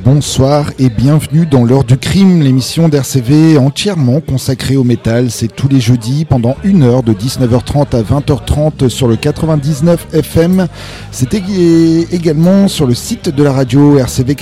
bonsoir et bienvenue dans l'heure du crime, l'émission d'RCV entièrement consacrée au métal. C'est tous les jeudis pendant 1 heure de 19h30 à 20h30 sur le 99 FM. C'est également sur le site de la radio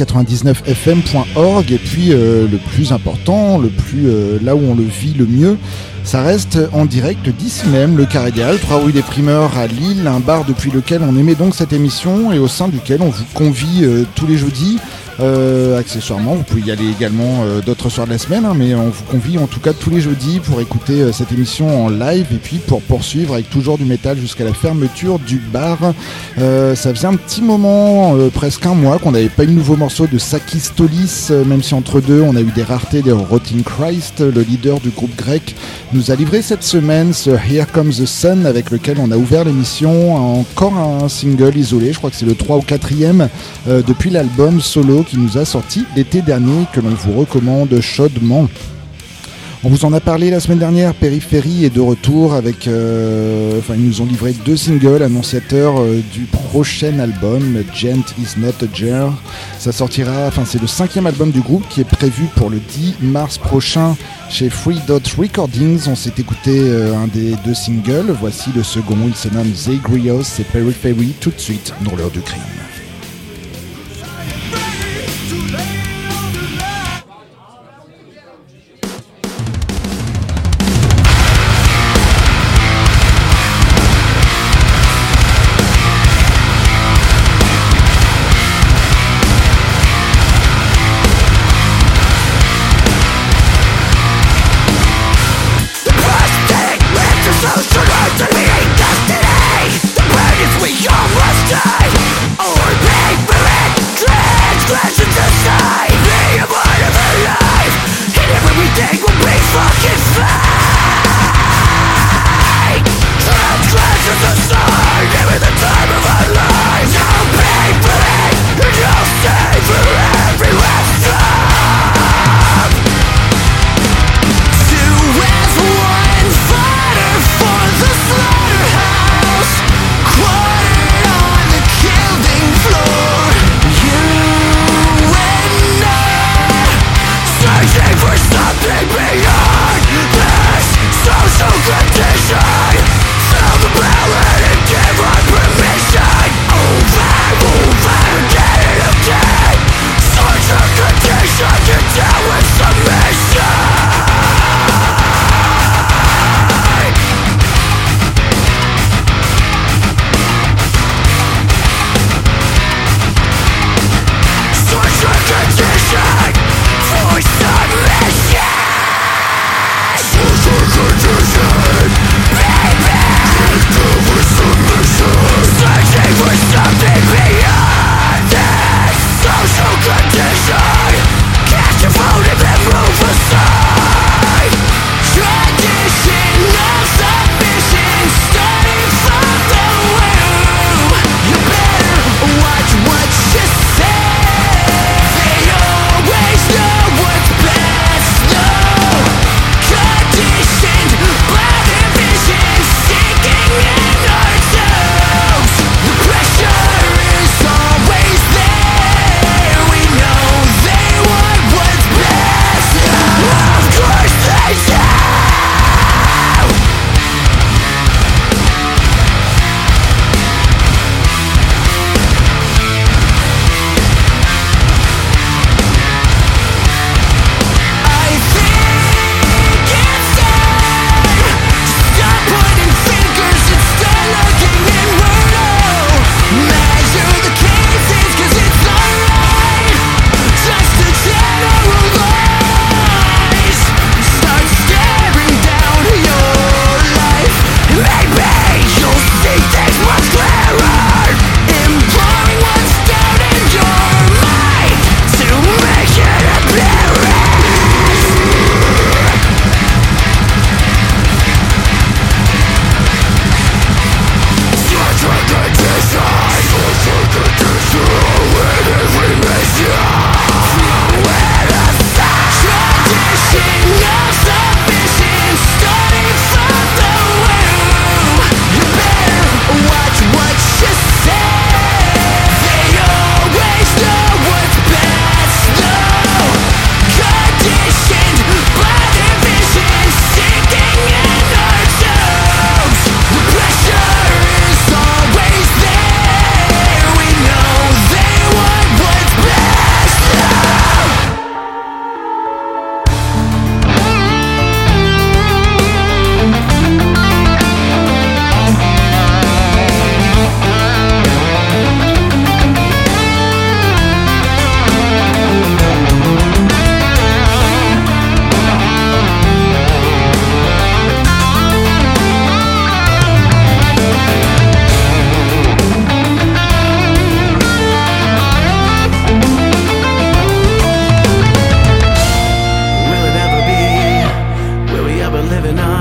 rcv99fm.org et puis le plus important, là où on le vit le mieux, ça reste en direct d'ici même, le Carédial, 3 rue des Primeurs à Lille, un bar depuis lequel on émet donc cette émission et au sein duquel on vous convie tous les jeudis. Accessoirement, vous pouvez y aller également d'autres soirs de la semaine, mais on vous convie en tout cas tous les jeudis pour écouter cette émission en live et puis pour poursuivre avec toujours du métal jusqu'à la fermeture du bar. Ça faisait un petit moment, presque un mois, qu'on n'avait pas eu de nouveau morceau de Sakis Tolis, même si entre deux on a eu des raretés de Rotting Christ, le leader du groupe grec, nous a livré cette semaine ce Here Comes the Sun avec lequel on a ouvert l'émission. Encore un single isolé, je crois que c'est le 3 ou 4e depuis l'album solo qui nous a sorti l'été dernier, que l'on vous recommande chaudement. On vous en a parlé la semaine dernière, Périphérie est de retour avec... ils nous ont livré 2 singles annonciateurs du prochain album, Gent is not a jar. Ça sortira, c'est le 5e album du groupe qui est prévu pour le 10 mars prochain chez Free Dot Recordings. On s'est écouté un des 2 singles, voici le second, il se nomme Zagreus et Periphery, tout de suite dans l'heure du crime. Submission.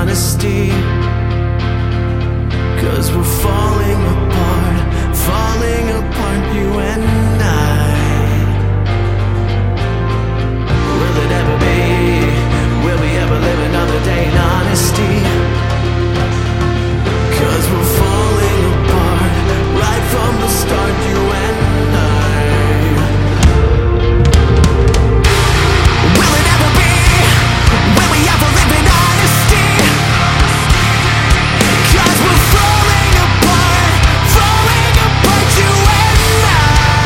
honesty. 'Cause we're falling apart, you and I. Will it ever be? Will we ever live another day in honesty? 'Cause we're falling apart, right from the start, you and I. Will it ever be? Will we ever live in honesty? 'Cause we're falling apart, you and I.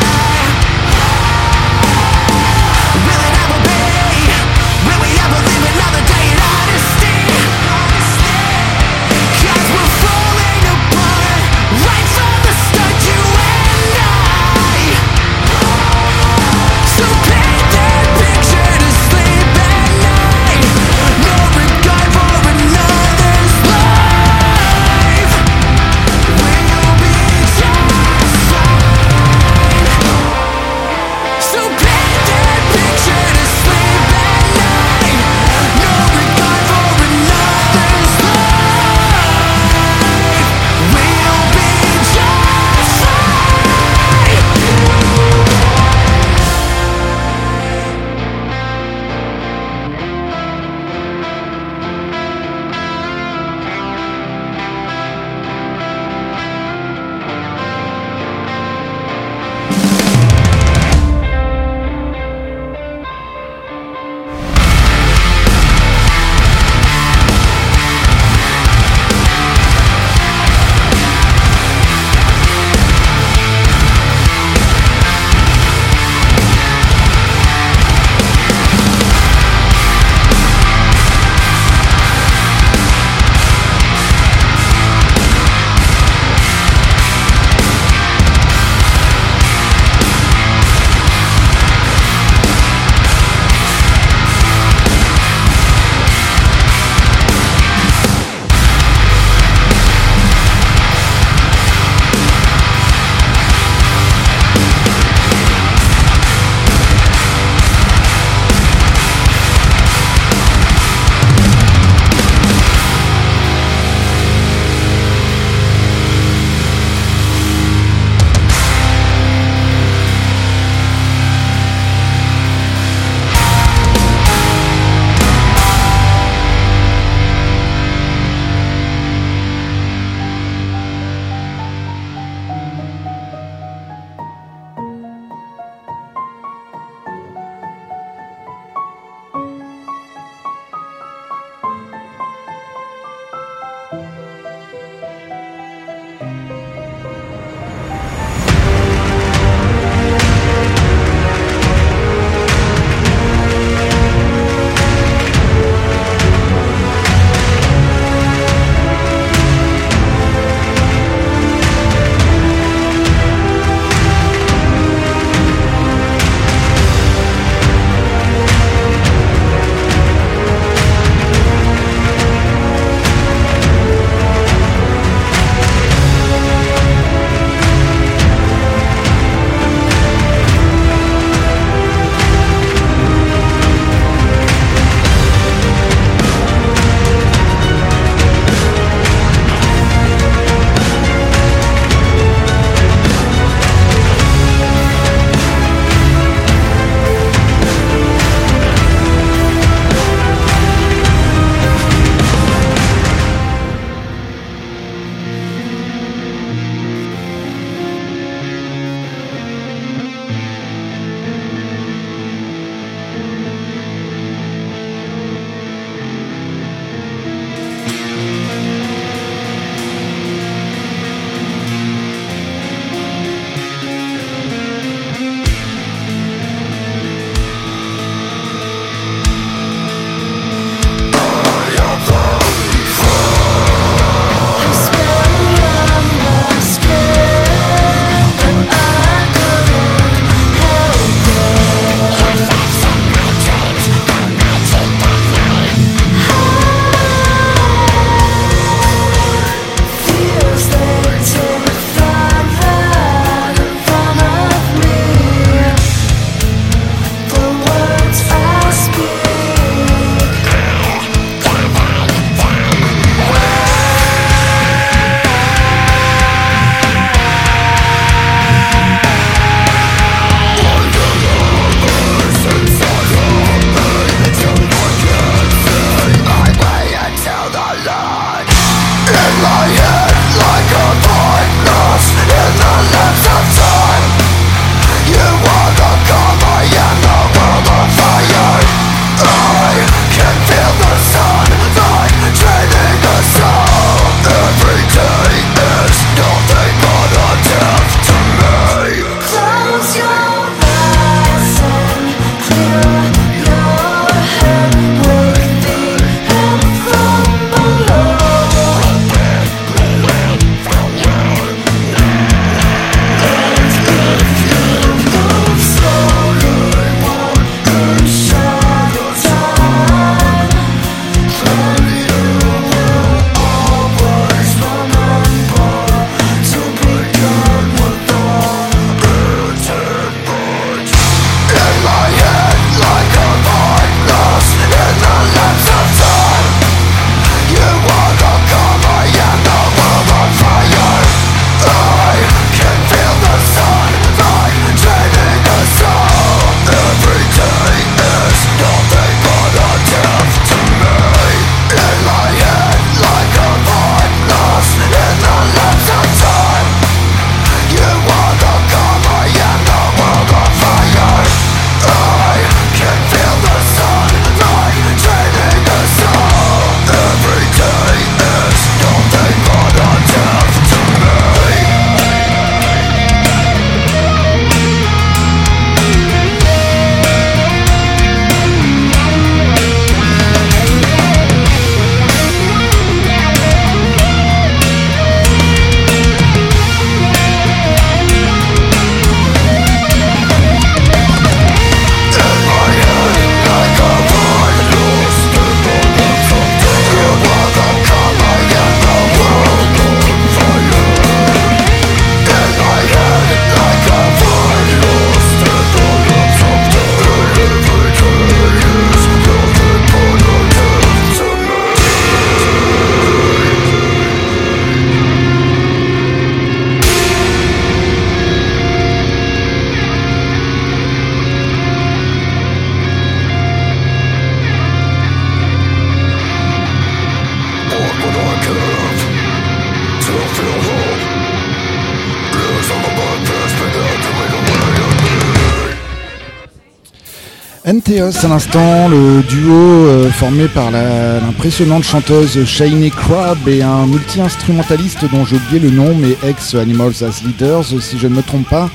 NTEOS à l'instant, le duo formé par l'impressionnante chanteuse Shiny Crab et un multi-instrumentaliste dont j'ai oublié le nom, mais ex-Animals as Leaders si je ne me trompe pas.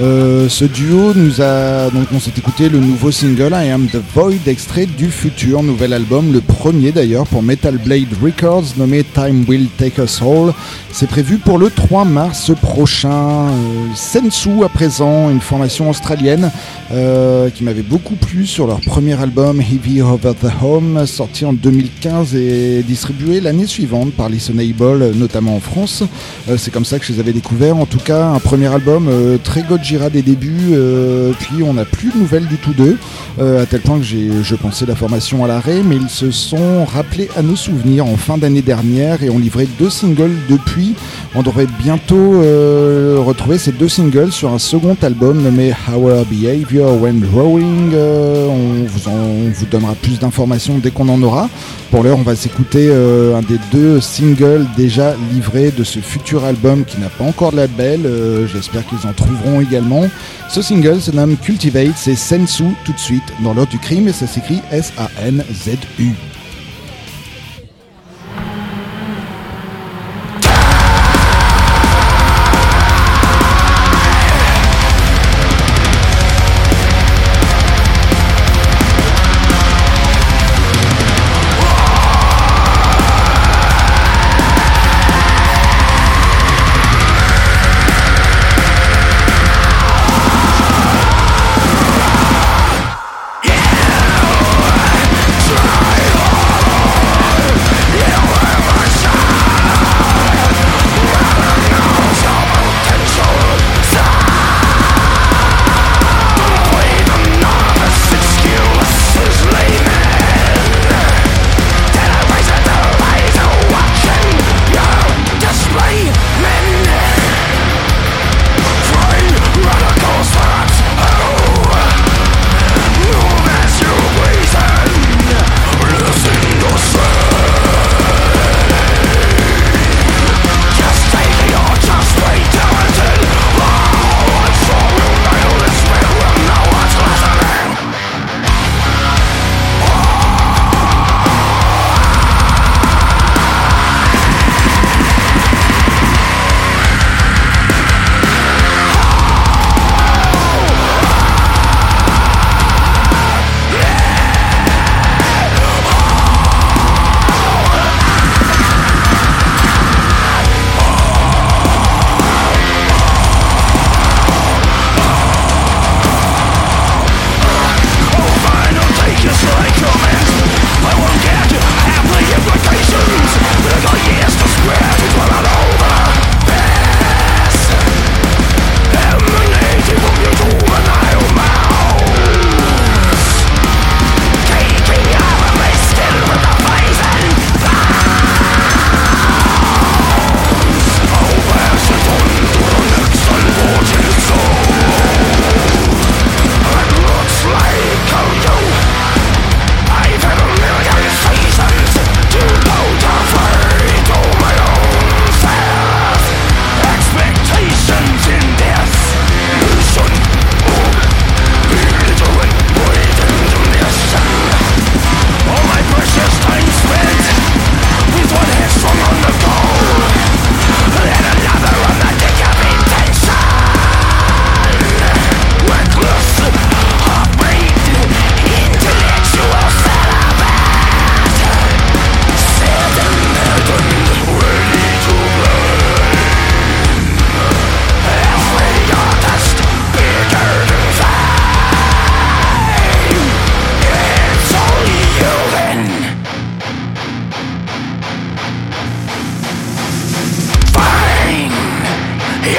Ce duo on s'est écouté le nouveau single I Am The Void, extrait du futur nouvel album, le premier d'ailleurs pour Metal Blade Records, nommé Time Will Take Us All. C'est prévu pour le 3 mars prochain. Sensu à présent, une formation australienne qui m'avait beaucoup plu sur leur premier album Heavy Over The Home, sorti en 2015 et distribué l'année suivante par Listenable, notamment en France. C'est comme ça que je les avais découverts. En tout cas, un premier album très Gojira des débuts, puis on n'a plus de nouvelles du tout d'eux, à tel point que je pensais la formation à l'arrêt, mais ils se sont rappelés à nos souvenirs en fin d'année dernière et ont livré 2 singles depuis. On devrait bientôt retrouver ces 2 singles sur un second album nommé Our Behavior When Growing. On vous donnera plus d'informations dès qu'on en aura. Pour l'heure, on va s'écouter un des 2 singles déjà livrés de ce futur album qui n'a pas encore de label. J'espère qu'ils en trouveront également. Ce single se nomme Cultivate, c'est Sensu tout de suite dans l'heure du crime et ça s'écrit S-A-N-Z-U. Try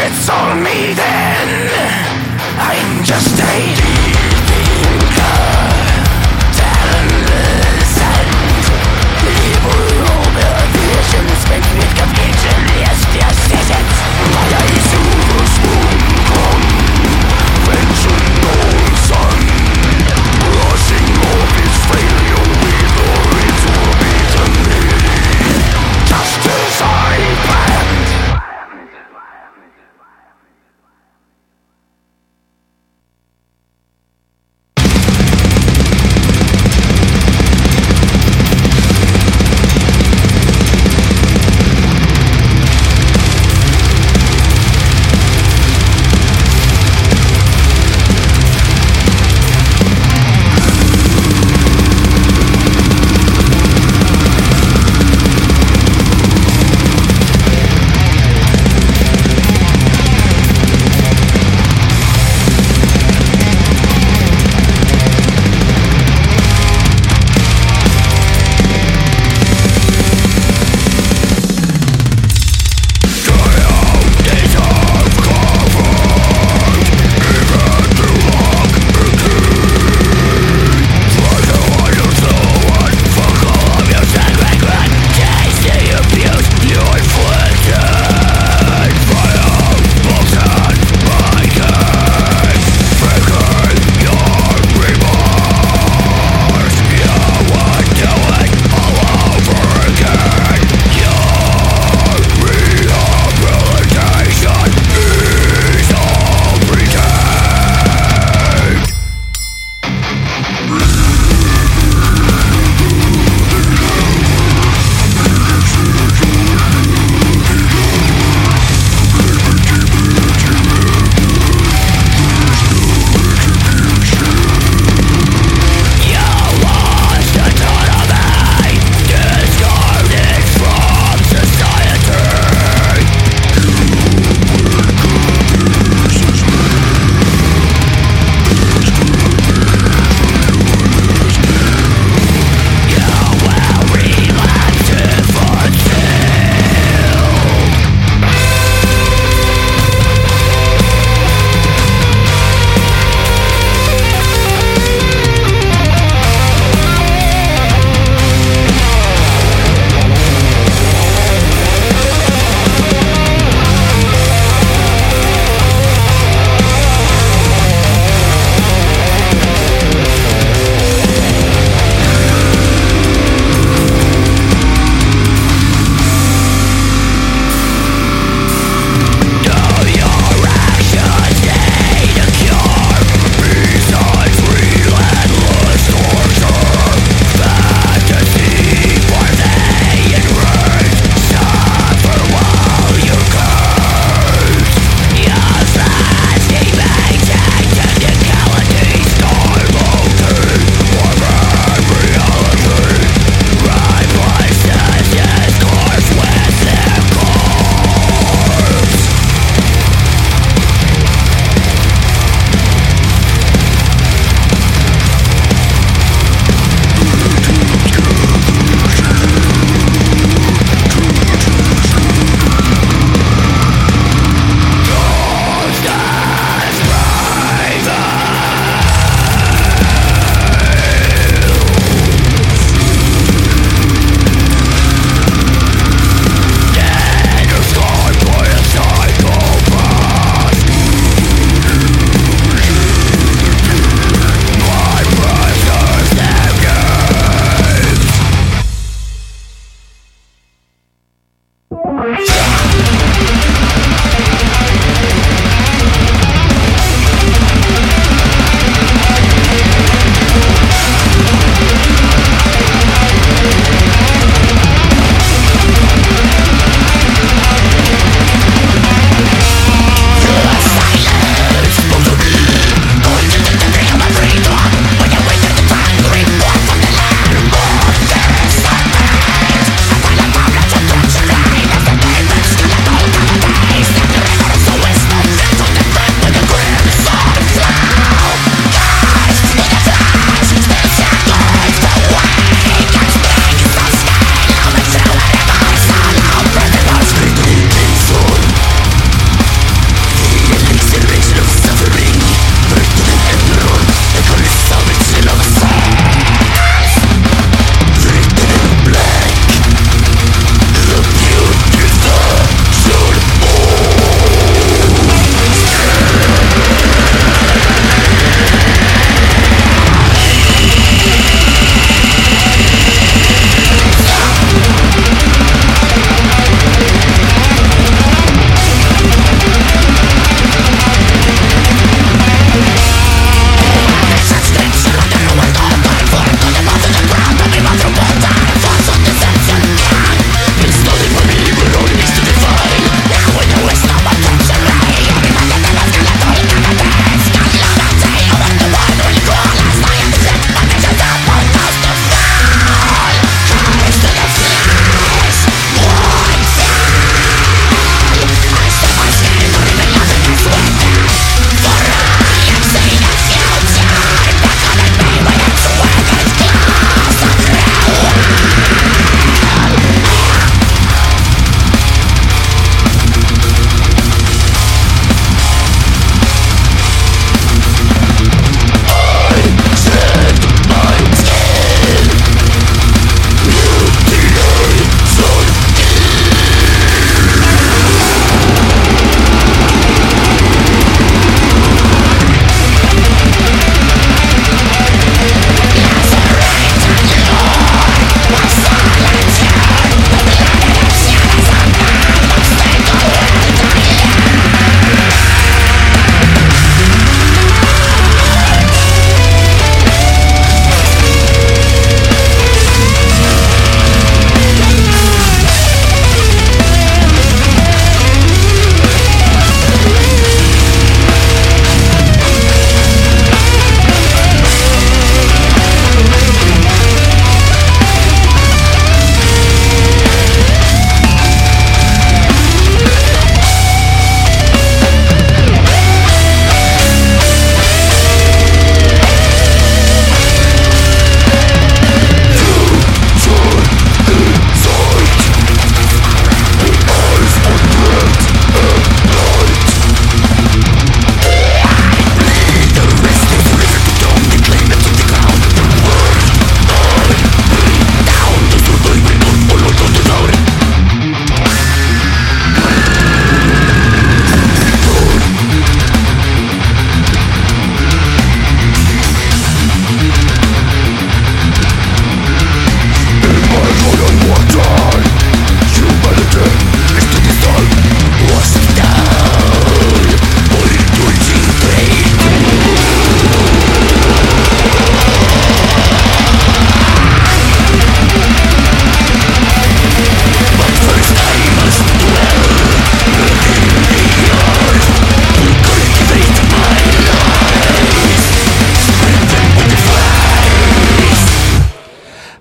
It's on me then. I'm just a thinker, talentless and evil. Visions spent with conviction, yes, decisions. My eyes will swoon come, vengeance no sun. Rushing off his failure with or it will be to me. Just as I planned.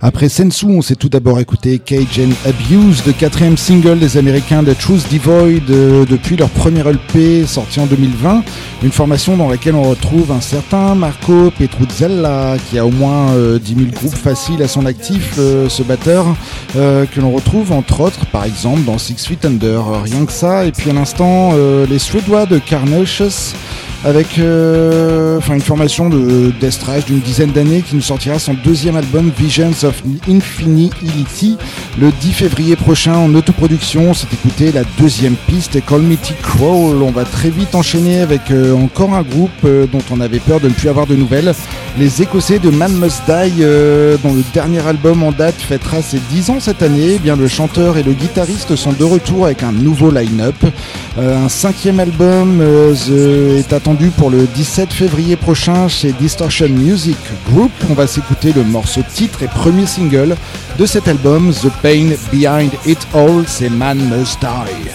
Après Sensu, on s'est tout d'abord écouté Cage and Abuse, le 4e single des Américains de Truth Devoid depuis leur premier LP sorti en 2020. Une formation dans laquelle on retrouve un certain Marco Petruzzella qui a au moins 10 000 groupes faciles à son actif, ce batteur que l'on retrouve entre autres par exemple dans 6 Feet Under, rien que ça. Et puis à l'instant les Suédois de Carnoushes avec une formation de death thrash d'une dizaine d'années qui nous sortira son 2e album Visions of Infinity le 10 février prochain en autoproduction. C'est écouté la 2e piste, Colmity Crawl. On va très vite enchaîner avec encore un groupe dont on avait peur de ne plus avoir de nouvelles, les Écossais de Man Must Die, dont le dernier album en date fêtera ses 10 ans cette année. Eh bien, le chanteur et le guitariste sont de retour avec un nouveau line-up. Un 5e album est attendu pour le 17 février prochain chez Distortion Music Group. On va s'écouter le morceau titre et premier single de cet album, The Pain Behind It All, c'est Man Must Die.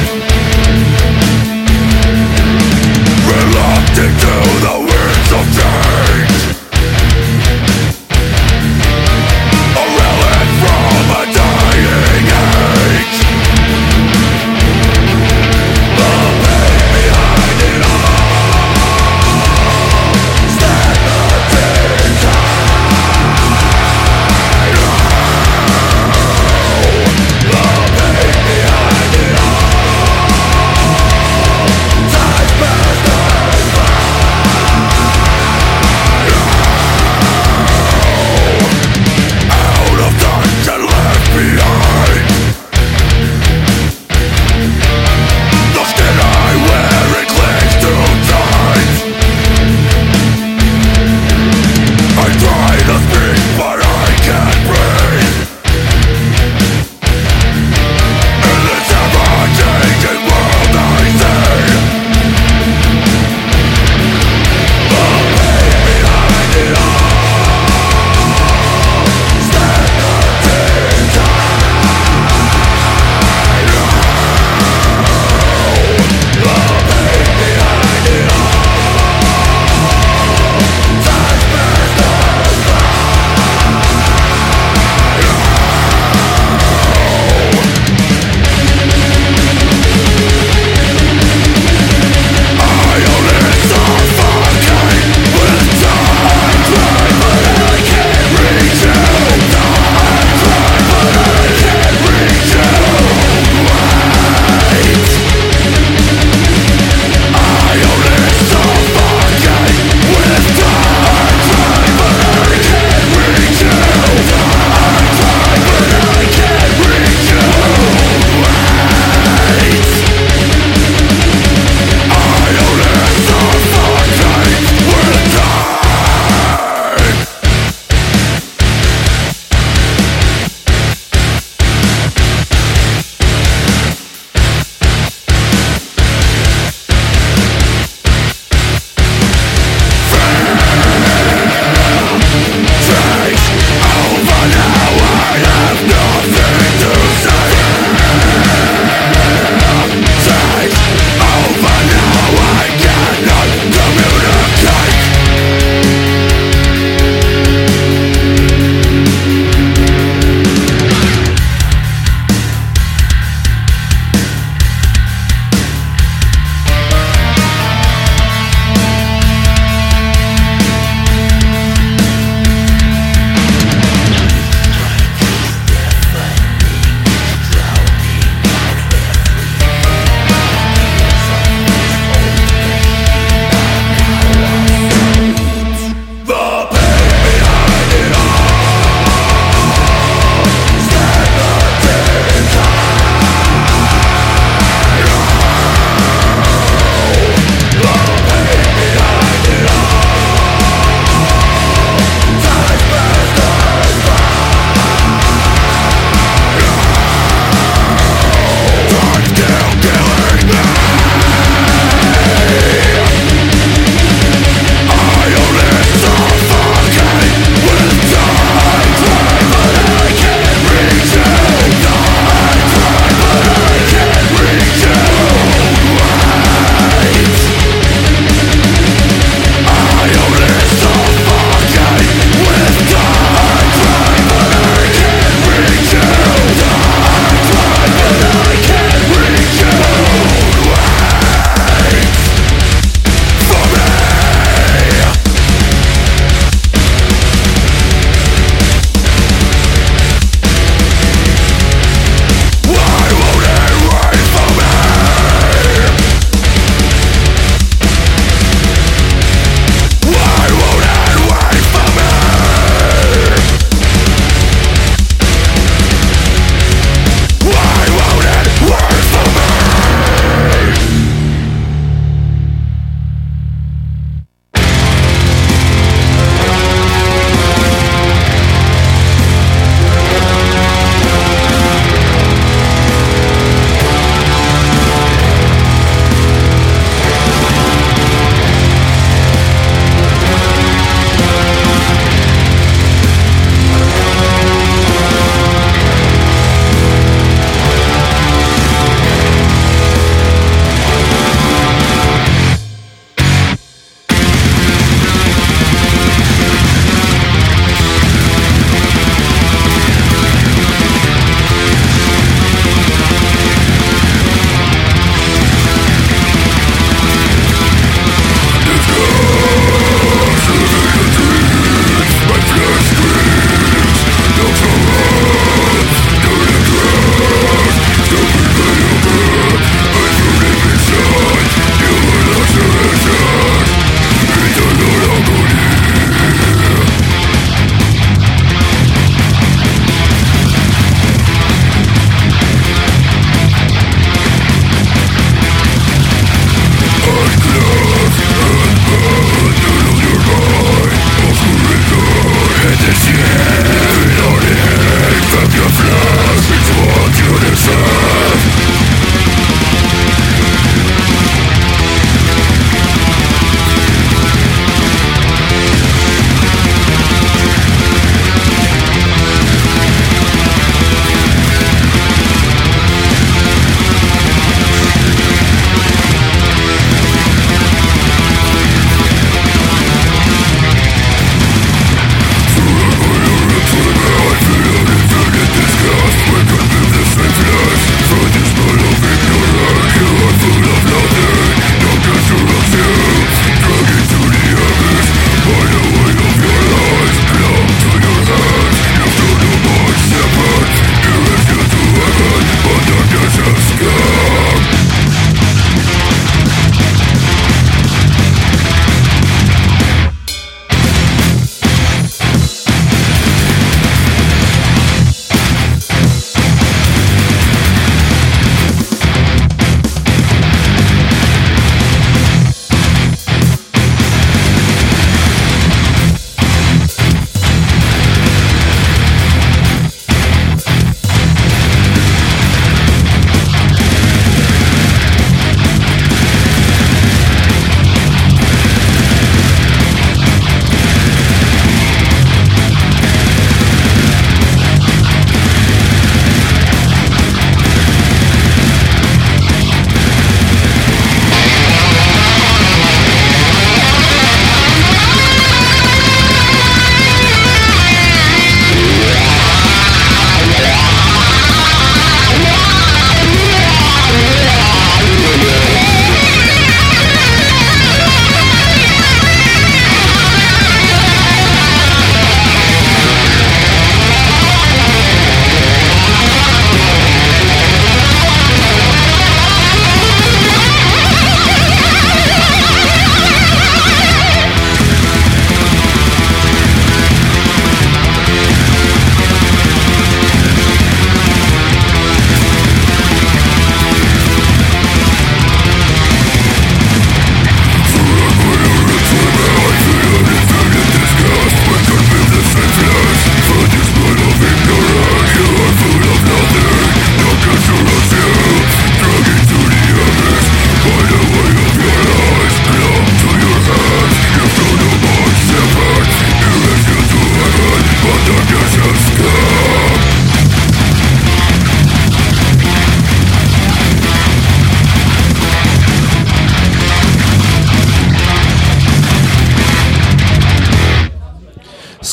To the winds of death.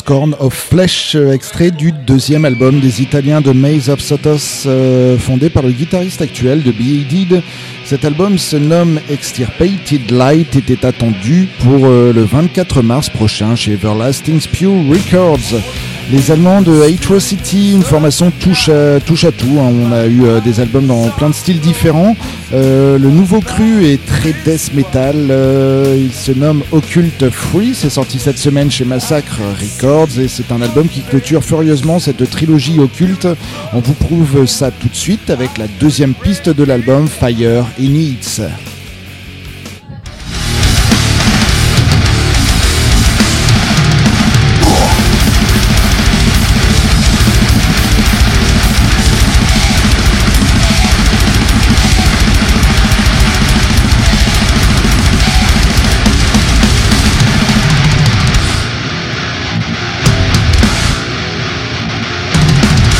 Scorn of Flesh, extrait du deuxième album des Italiens de Maze of Sotos, fondé par le guitariste actuel de B.A.D. Cet album se nomme Extirpated Light, était attendu pour le 24 mars prochain chez Everlasting Spew Records. Les Allemands de Atrocity, une formation touche à tout, hein. On a eu des albums dans plein de styles différents. Le nouveau cru est très death metal, il se nomme Occult Free, c'est sorti cette semaine chez Massacre Records et c'est un album qui clôture furieusement cette trilogie occulte. On vous prouve ça tout de suite avec la deuxième piste de l'album, Fire in Heats.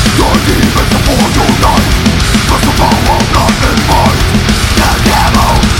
Demons before your life, cause the power of love and might. The devil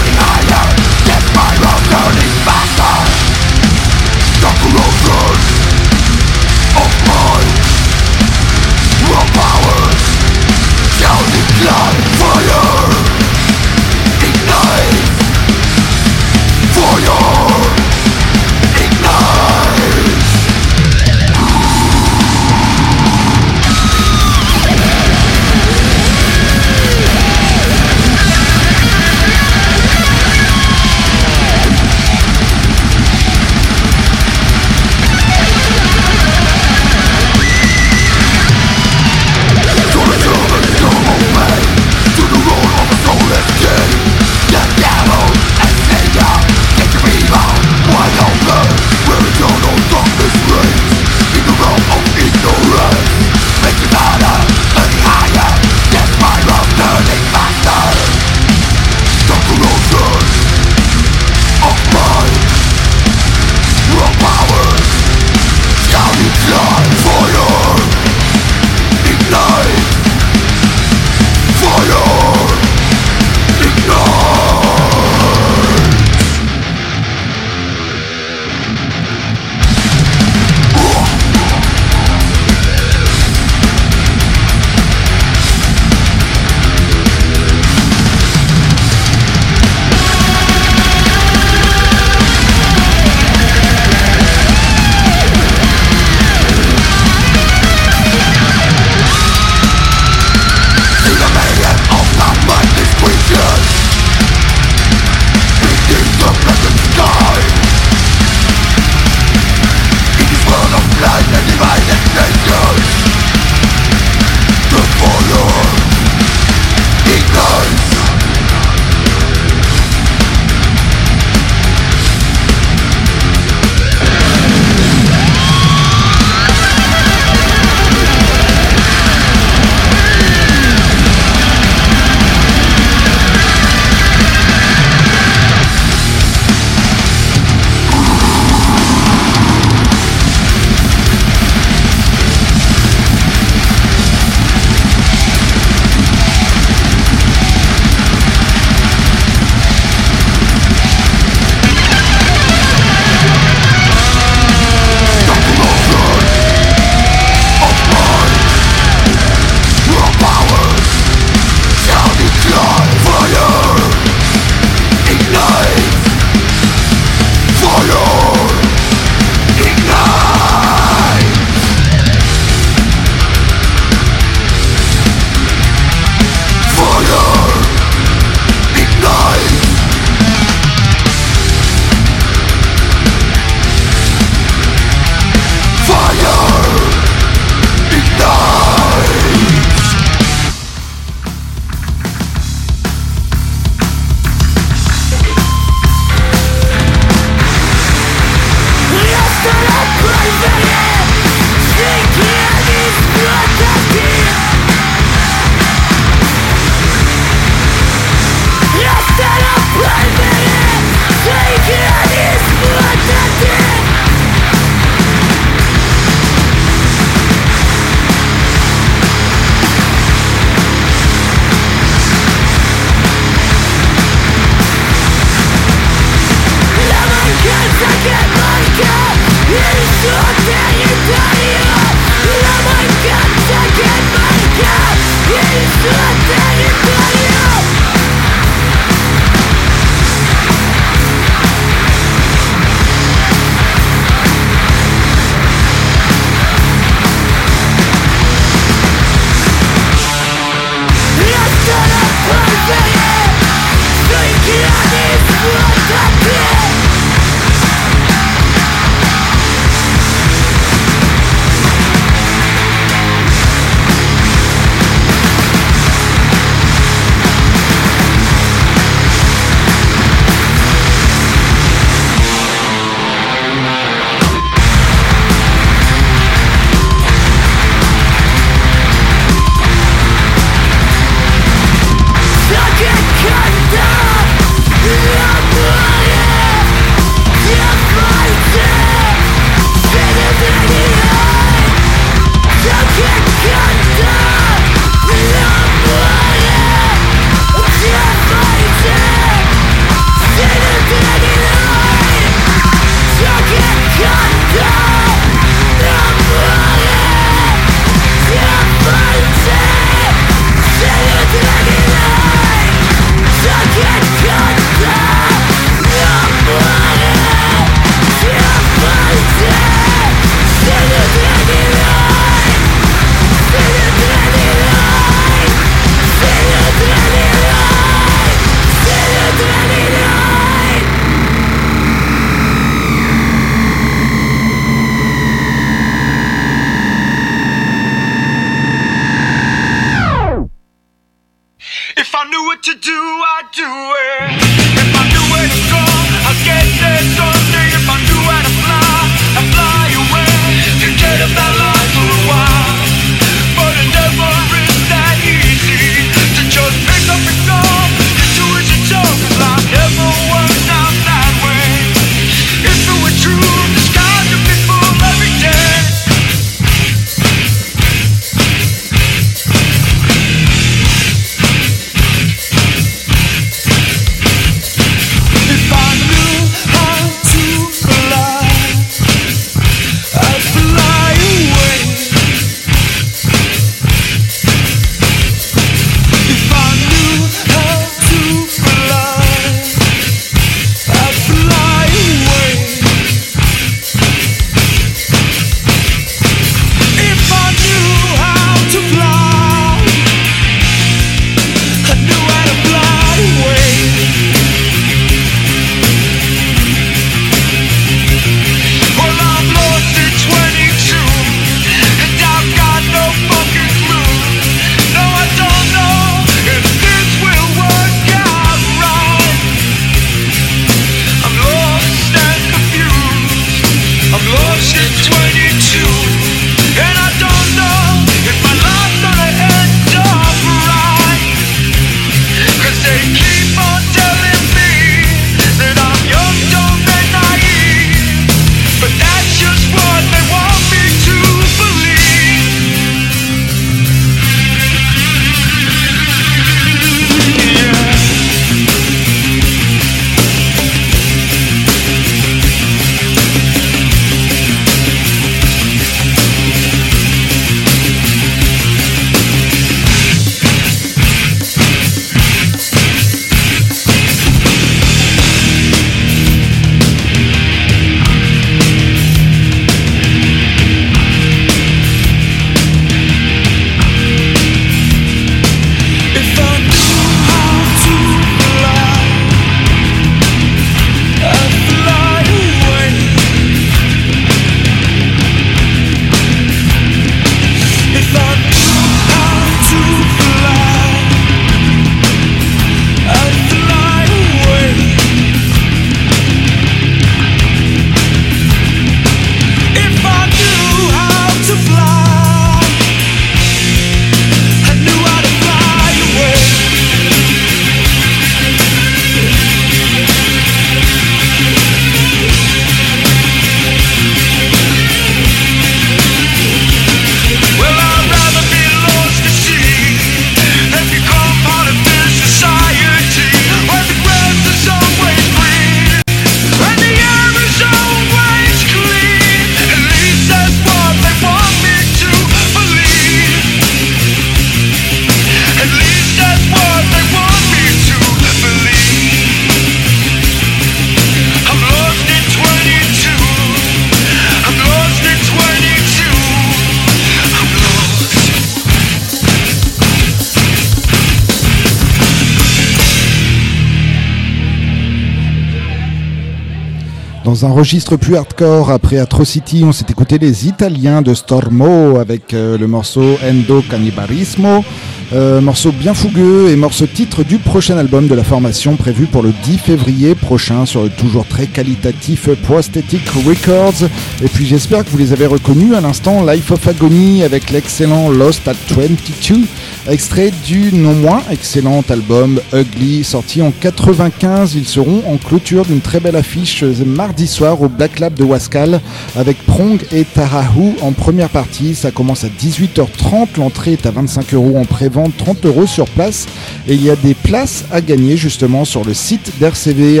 Dans un registre plus hardcore, après Atrocity, on s'est écouté les Italiens de Stormo avec le morceau Endo Cannibalismo. Morceau bien fougueux et morceau titre du prochain album de la formation prévu pour le 10 février prochain sur le toujours très qualitatif Prosthetic Records. Et puis j'espère que vous les avez reconnus à l'instant, Life of Agony avec l'excellent Lost at 22, extrait du non moins excellent album Ugly sorti en 95. Ils seront en clôture d'une très belle affiche mardi soir au Black Lab de Wascal avec Prong et Tarahu en première partie. Ça commence à 18h30, l'entrée est à 25 € en prévente, 30 € sur place, et il y a des places à gagner justement sur le site d'RCV,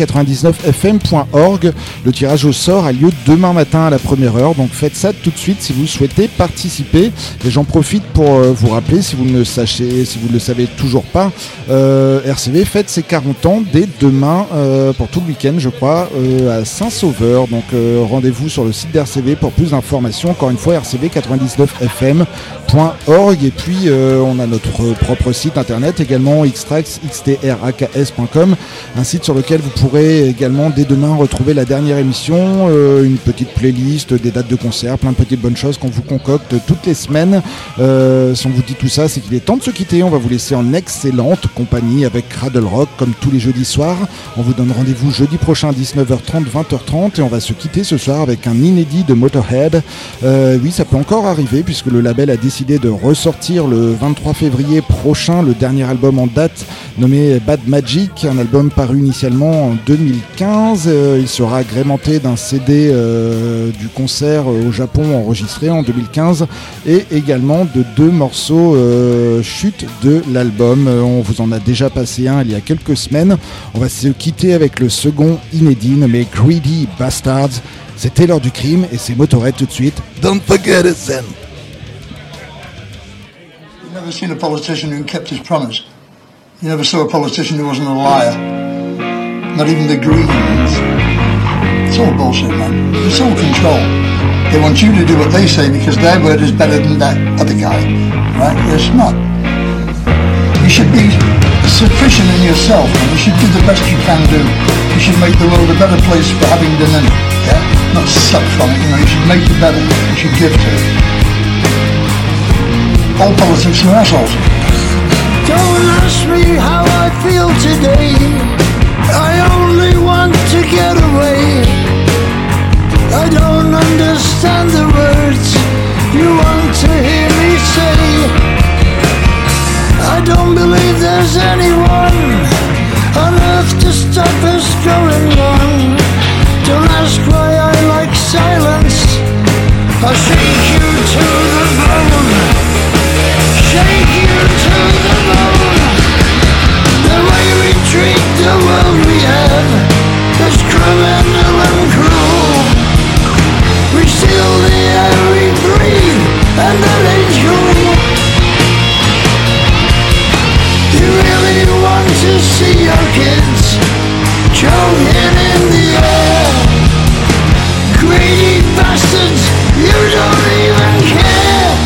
rcv99fm.org. Le tirage au sort a lieu demain matin à la première heure, donc faites ça tout de suite si vous souhaitez participer. Et j'en profite pour vous rappeler, si vous ne le savez toujours pas, RCV fête ses 40 ans dès demain pour tout le week-end je crois à Saint-Sauveur, donc rendez-vous sur le site d'RCV pour plus d'informations, encore une fois rcv99fm.org. et puis on a notre propre site internet également, xtraks.com, un site sur lequel vous pourrez également dès demain retrouver la dernière émission, une petite playlist, des dates de concert, plein de petites bonnes choses qu'on vous concocte toutes les semaines. Si on vous dit tout ça, c'est qu'il est temps de se quitter. On va vous laisser en excellente compagnie avec Cradle Rock comme tous les jeudis soirs. On vous donne rendez-vous jeudi prochain à 19h30, 20h30 et on va se quitter ce soir avec un inédit de Motorhead. Oui, ça peut encore arriver puisque le label a décidé de ressortir le 23 février prochain le dernier album en date nommé Bad Magic, un album paru initialement en 2015. Il sera agrémenté d'un CD du concert au Japon enregistré en 2015 et également de 2 morceaux chutes de l'album. On vous en a déjà passé un il y a quelques semaines. On va se quitter avec le second inédit nommé Greedy Bastards. C'était l'heure du crime et c'est Motorhead tout de suite. Don't forget it then. You've never seen a politician who kept his promise. You never saw a politician who wasn't a liar. Not even the Greens. It's all bullshit, man. It's all control. They want you to do what they say because their word is better than that other guy. Right? It's not. You should be sufficient in yourself, and you should do the best you can do. You should make the world a better place for having done it. Yeah? Not suck from it, you should make it better. You should give to it. All politics are assholes. Don't ask me how I feel today. I only want to get away. I don't understand the words you want to hear me say. I don't believe there's anyone on earth to stop us going wrong. Don't ask why I like silence. I'll shake you to the bone. Shake you to the bone. The way we treat the world we have is criminal and cruel. We steal the air we breathe, and that ain't cool. You really want to see your kids choking in the air? Greedy bastards, you don't even care.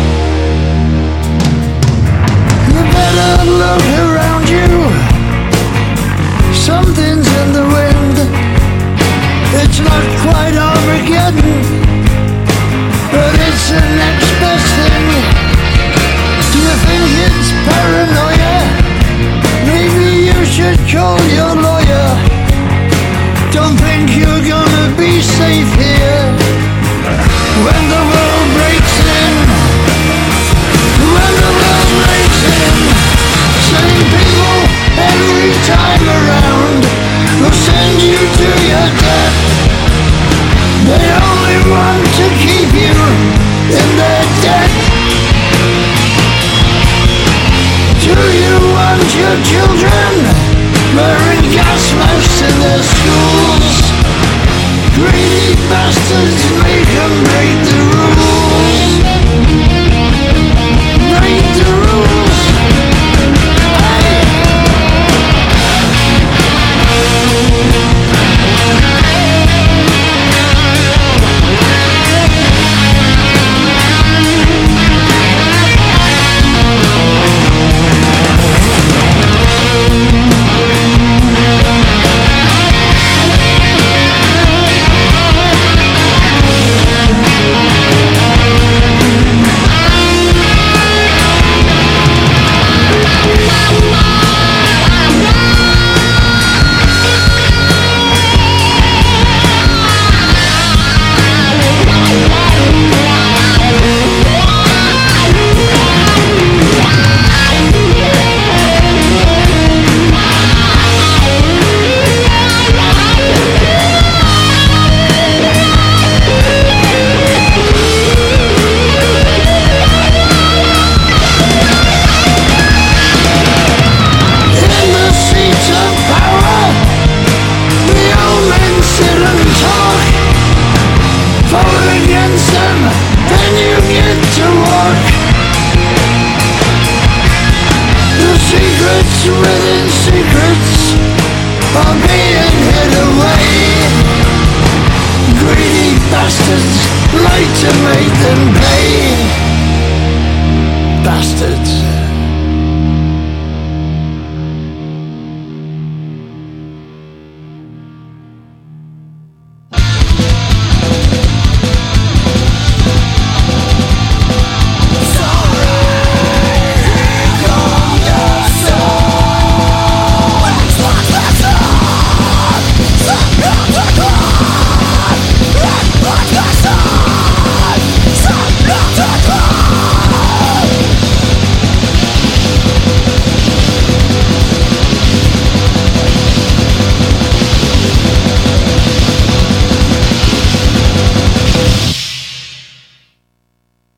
You better look around you. Something's in the wind. It's not quite Armageddon, but it's the next best thing. Do you think it's paranoia? Maybe you should call your lawyer. Don't think you're gonna be safe here when the world breaks in. When the world breaks in, same people every time around will send you to your death. They only want to keep you in their debt. Do you want your children wearing gas masks in their schools? Greedy bastards, make them break the rules. Break the rules. Hey. Within secrets are being hid away. Greedy bastards like to make them pay. Bastards.